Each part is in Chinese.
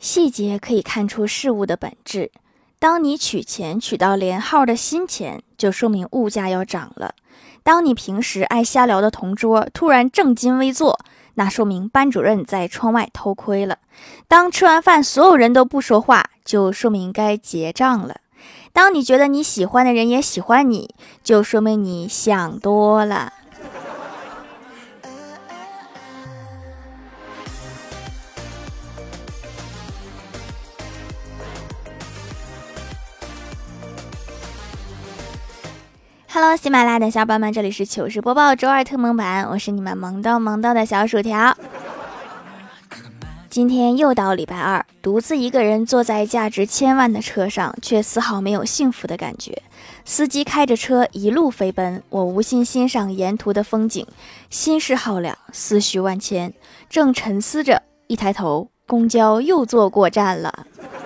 细节可以看出事物的本质。当你取钱取到连号的新钱，就说明物价要涨了。当你平时爱瞎聊的同桌突然正襟危坐，那说明班主任在窗外偷窥了。当吃完饭所有人都不说话，就说明该结账了。当你觉得你喜欢的人也喜欢你，就说明你想多了。Hello， 喜马拉雅的小伙伴们，这里是糗事播报周二特蒙版，我是你们萌逗的小薯条。今天又到礼拜二，独自一个人坐在价值千万的车上，却丝毫没有幸福的感觉。司机开着车一路飞奔，我无心欣赏沿途的风景，心事浩了，思绪万千。正沉思着，一抬头，公交又坐过站了。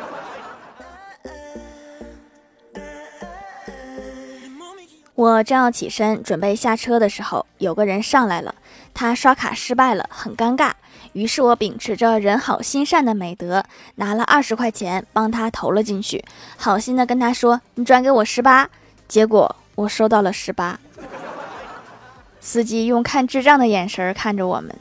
我正要起身准备下车的时候，有个人上来了，他刷卡失败了，很尴尬。于是我秉持着人好心善的美德，拿了20块钱帮他投了进去，好心的跟他说：“你转给我18。”结果我收到了18。司机用看智障的眼神看着我们。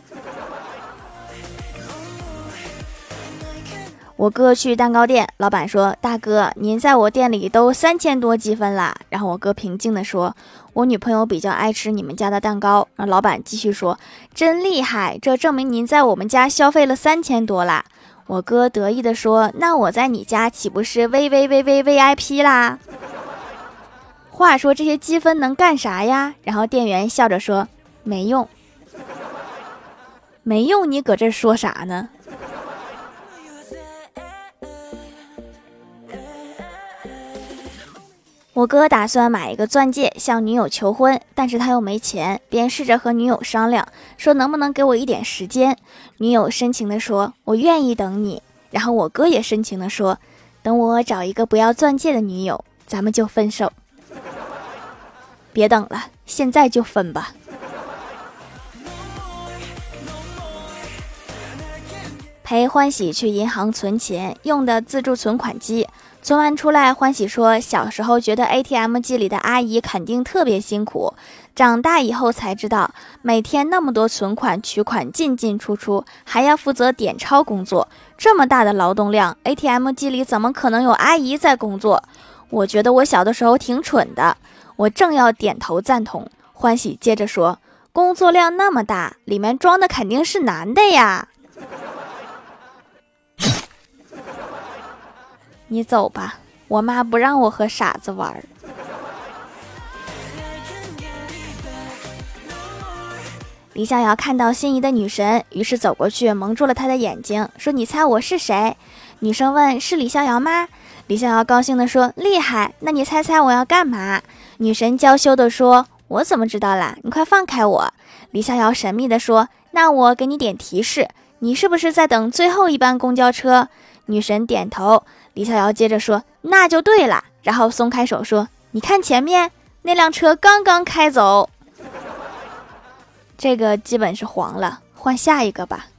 我哥去蛋糕店，老板说：“大哥，您在我店里都3000多积分啦。”然后我哥平静地说：“我女朋友比较爱吃你们家的蛋糕。”然后老板继续说：“真厉害，这证明您在我们家消费了3000多啦。”我哥得意地说：“那我在你家岂不是 VIP 啦？”话说这些积分能干啥呀？然后店员笑着说：“没用。”没用，你搁这说啥呢？我哥打算买一个钻戒向女友求婚，但是他又没钱，便试着和女友商量，说能不能给我一点时间。女友深情地说：“我愿意等你。”然后我哥也深情地说：“等我找一个不要钻戒的女友，咱们就分手。”别等了，现在就分吧。陪欢喜去银行存钱，用的自助存款机。存完出来，欢喜说小时候觉得 ATM 机里的阿姨肯定特别辛苦，长大以后才知道每天那么多存款取款进进出出，还要负责点钞工作，这么大的劳动量， ATM 机里怎么可能有阿姨在工作？我觉得我小的时候挺蠢的。我正要点头赞同，欢喜接着说，工作量那么大，里面装的肯定是男的呀。你走吧，我妈不让我和傻子玩。李逍遥看到心仪的女神，于是走过去蒙住了她的眼睛，说：“你猜我是谁？”女生问：“是李逍遥吗？”李逍遥高兴地说：“厉害，那你猜猜我要干嘛？”女神娇羞地说：“我怎么知道啦？你快放开我。”李逍遥神秘地说：“那我给你点提示，你是不是在等最后一班公交车？”女神点头。李逍遥接着说：“那就对了。”然后松开手说：“你看前面那辆车刚刚开走。”这个基本是黄了，换下一个吧。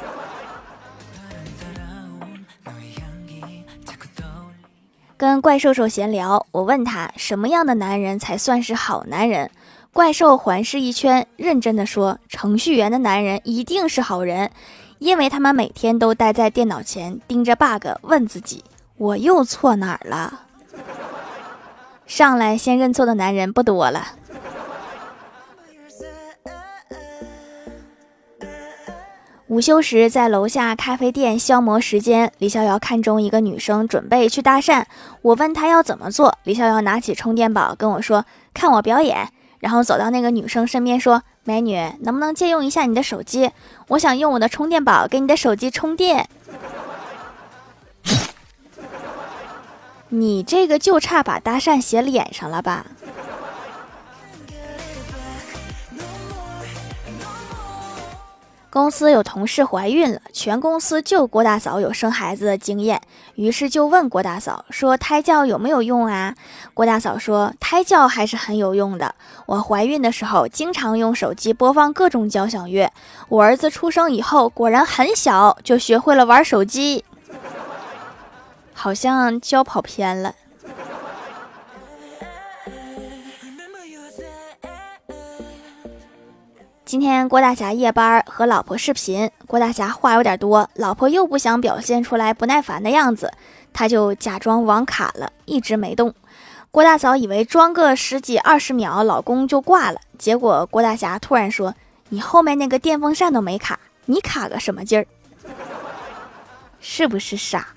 跟怪兽兽闲聊，我问他什么样的男人才算是好男人。怪兽环视一圈，认真的说：“程序员的男人一定是好人，因为他们每天都待在电脑前盯着 bug， 问自己我又错哪儿了。”上来先认错的男人不多了。午休时在楼下咖啡店消磨时间，李逍遥看中一个女生，准备去搭讪。我问他要怎么做，李逍遥拿起充电宝跟我说：“看我表演。”然后走到那个女生身边说：“美女，能不能借用一下你的手机？我想用我的充电宝给你的手机充电。”你这个就差把搭讪写脸上了吧。公司有同事怀孕了，全公司就郭大嫂有生孩子的经验，于是就问郭大嫂说：“胎教有没有用啊？”郭大嫂说：“胎教还是很有用的，我怀孕的时候经常用手机播放各种交响乐，我儿子出生以后果然很小就学会了玩手机。” 好像就要跑偏了。今天郭大侠夜班和老婆视频，郭大侠话有点多，老婆又不想表现出来不耐烦的样子，他就假装网卡了，一直没动。郭大嫂以为装个10几20秒老公就挂了，结果郭大侠突然说，你后面那个电风扇都没卡，你卡个什么劲儿？是不是傻？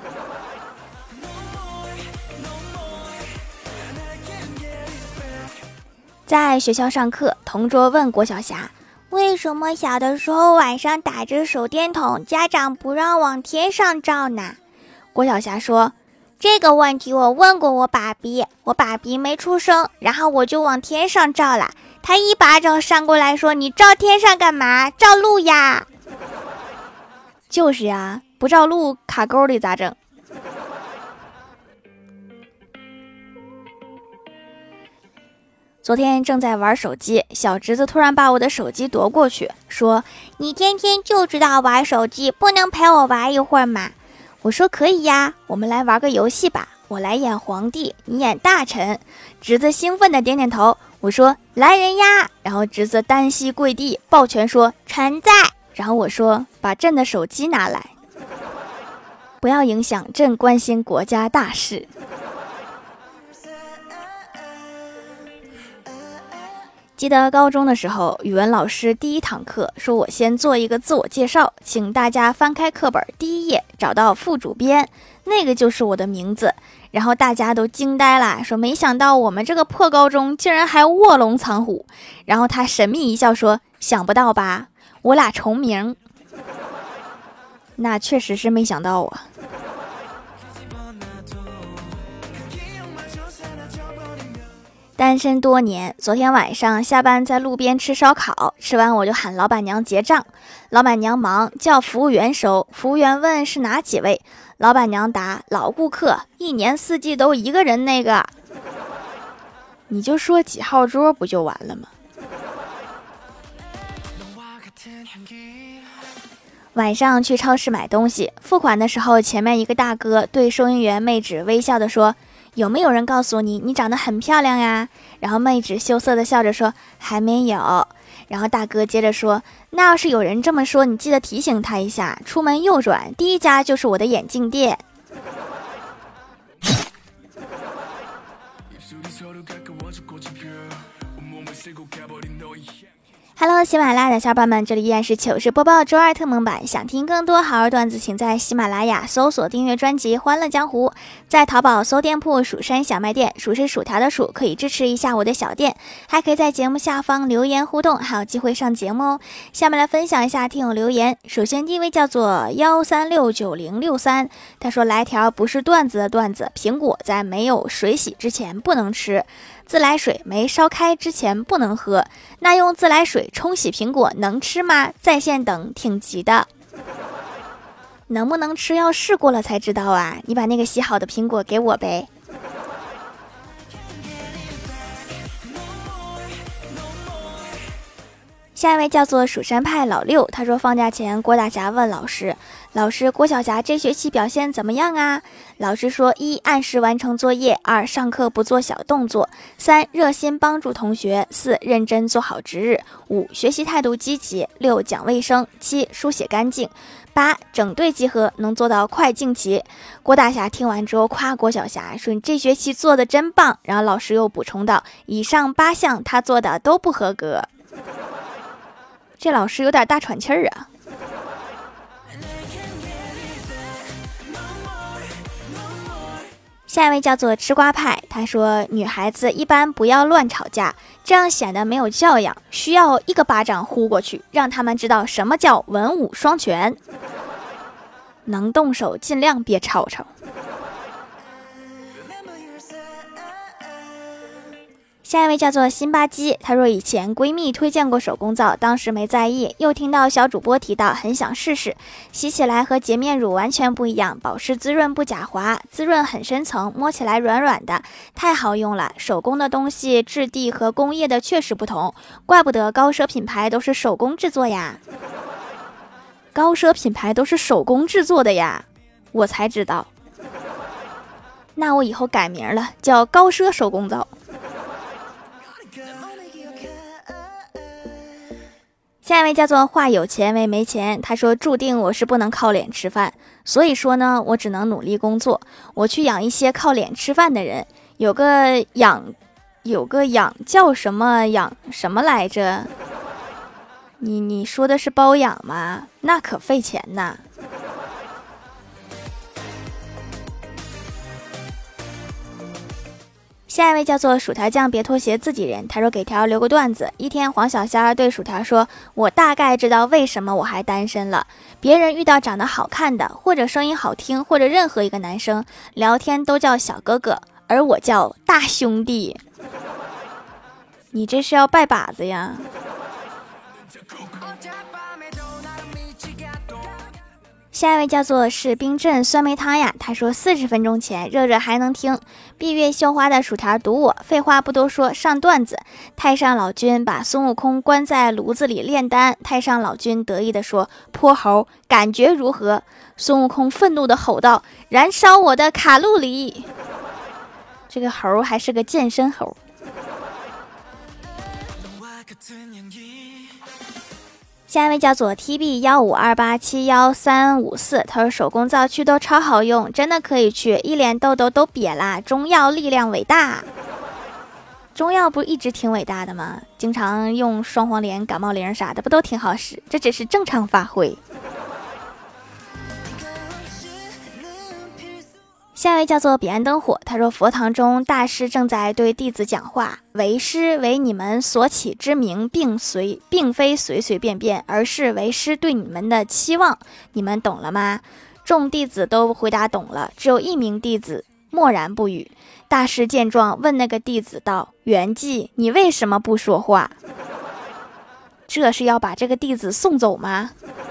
在学校上课，同桌问郭晓霞，为什么小的时候晚上打着手电筒，家长不让往天上照呢？郭晓霞说，这个问题我问过我爸比，我爸比没出生，然后我就往天上照了，他一巴掌扇过来说，你照天上干嘛？照路呀。就是呀，不照路卡沟里咋整？昨天正在玩手机，小侄子突然把我的手机夺过去，说，你天天就知道玩手机，不能陪我玩一会儿吗？我说可以呀，我们来玩个游戏吧，我来演皇帝，你演大臣。侄子兴奋的点点头。我说来人呀，然后侄子单膝跪地抱拳说，臣在。然后我说，把朕的手机拿来，不要影响朕关心国家大事。记得高中的时候，语文老师第一堂课说，我先做一个自我介绍，请大家翻开课本第1页，找到副主编，那个就是我的名字。然后大家都惊呆了，说没想到我们这个破高中竟然还卧龙藏虎。然后他神秘一笑说，想不到吧，我俩重名。那确实是没想到啊。单身多年，昨天晚上下班在路边吃烧烤，吃完我就喊老板娘结账，老板娘忙叫服务员收，服务员问是哪几位，老板娘答老顾客，一年4季都一个人那个。你就说几号桌不就完了吗？晚上去超市买东西，付款的时候，前面一个大哥对收银员妹纸微笑的说，有没有人告诉你，你长得很漂亮呀？然后妹纸羞涩的笑着说，还没有。然后大哥接着说，那要是有人这么说，你记得提醒他一下，出门右转，第一家就是我的眼镜店。Hello， 喜马拉雅的小伙伴们，这里依然是糗事播报周2特蒙版。想听更多好玩段子，请在喜马拉雅搜索订阅专辑《欢乐江湖》，在淘宝搜店铺蜀山小卖店，蜀是薯条的蜀，可以支持一下我的小店，还可以在节目下方留言互动，还有机会上节目哦。下面来分享一下听友留言。首先第一位叫做1369063，他说来条不是段子的段子，苹果在没有水洗之前不能吃，自来水没烧开之前不能喝，那用自来水冲洗苹果能吃吗？在线等，挺急的。能不能吃要试过了才知道啊，你把那个洗好的苹果给我呗。下一位叫做蜀山派老六，他说放假前郭大侠问老师，老师，郭晓霞这学期表现怎么样啊？老师说：1. 按时完成作业， 2. 上课不做小动作， 3. 热心帮助同学， 4. 认真做好值日， 5. 学习态度积极， 6. 讲卫生， 7. 书写干净， 8. 整队集合，能做到快进齐。郭大侠听完之后夸郭晓霞说：“你这学期做的真棒。”然后老师又补充道：“以上8项他做的都不合格。”这老师有点大喘气儿啊。下一位叫做吃瓜派，他说女孩子一般不要乱吵架，这样显得没有教养，需要一个巴掌呼过去，让他们知道什么叫文武双全，能动手尽量别吵吵。下一位叫做辛巴基，他说以前闺蜜推荐过手工皂，当时没在意，又听到小主播提到，很想试试。洗起来和洁面乳完全不一样，保湿滋润不假滑，滋润很深层，摸起来软软的，太好用了。手工的东西质地和工业的确实不同，怪不得高奢品牌都是手工制作呀。高奢品牌都是手工制作的呀，我才知道。 那我以后改名了，叫高奢手工皂。下一位叫做话有钱为没钱，他说注定我是不能靠脸吃饭，所以说呢，我只能努力工作，我去养一些靠脸吃饭的人。有个养叫什么养什么来着？你说的是包养吗？那可费钱呐。下一位叫做薯条酱别拖鞋自己人，他说给条留个段子。一天黄小仙儿对薯条说，我大概知道为什么我还单身了。别人遇到长得好看的或者声音好听或者任何一个男生聊天都叫小哥哥，而我叫大兄弟。你这是要拜把子呀？下一位叫做是冰镇酸梅汤呀，他说40分钟前热热还能听，闭月羞花的薯条堵我。废话不多说，上段子。太上老君把孙悟空关在炉子里炼丹，太上老君得意地说，泼猴感觉如何？孙悟空愤怒地吼道，燃烧我的卡路里。这个猴还是个健身猴。下一位叫做 TB152871354，他说手工皂祛痘超好用，真的可以去，一脸痘痘都瘪啦，中药力量伟大。中药不一直挺伟大的吗？经常用双黄连、感冒灵啥的不都挺好使，这只是正常发挥。下一位叫做彼岸灯火，他说佛堂中大师正在对弟子讲话，为师为你们所起之名，并非随随便便，而是为师对你们的期望，你们懂了吗？众弟子都回答懂了，只有一名弟子默然不语。大师见状问那个弟子道，圆寂，你为什么不说话？这是要把这个弟子送走吗？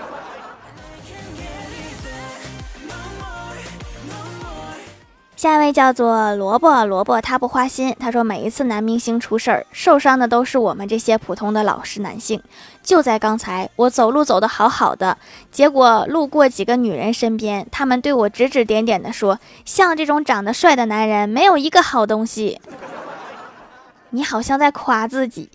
下一位叫做萝卜他不花心，他说每一次男明星出事儿，受伤的都是我们这些普通的老实男性。就在刚才，我走路走得好好的，结果路过几个女人身边，他们对我指指点点的说，像这种长得帅的男人没有一个好东西。你好像在夸自己。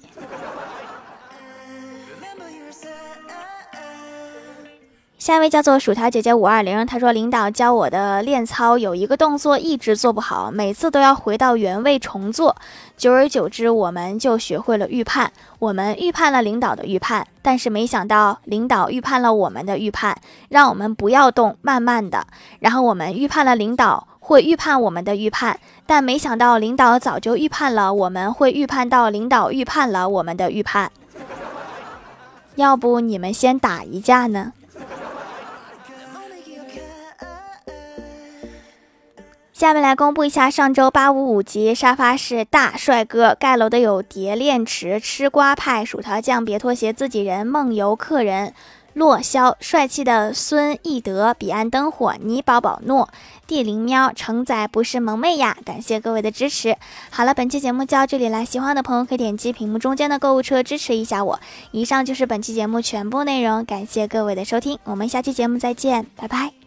下一位叫做薯条姐姐520，她说领导教我的练操有一个动作一直做不好，每次都要回到原位重做，久而久之我们就学会了预判。我们预判了领导的预判，但是没想到领导预判了我们的预判，让我们不要动，慢慢的。然后我们预判了领导会预判我们的预判，但没想到领导早就预判了我们会预判到领导预判了我们的预判。要不你们先打一架呢？下面来公布一下上周855集沙发是大帅哥盖楼的有蝶恋池、吃瓜派、薯条酱别拖鞋自己人、梦游客人、洛霄、帅气的孙义德、彼岸灯火、倪宝宝诺、地灵喵、承载不是萌妹呀。感谢各位的支持。好了，本期节目就到这里了，喜欢的朋友可以点击屏幕中间的购物车支持一下我。以上就是本期节目全部内容，感谢各位的收听，我们下期节目再见，拜拜。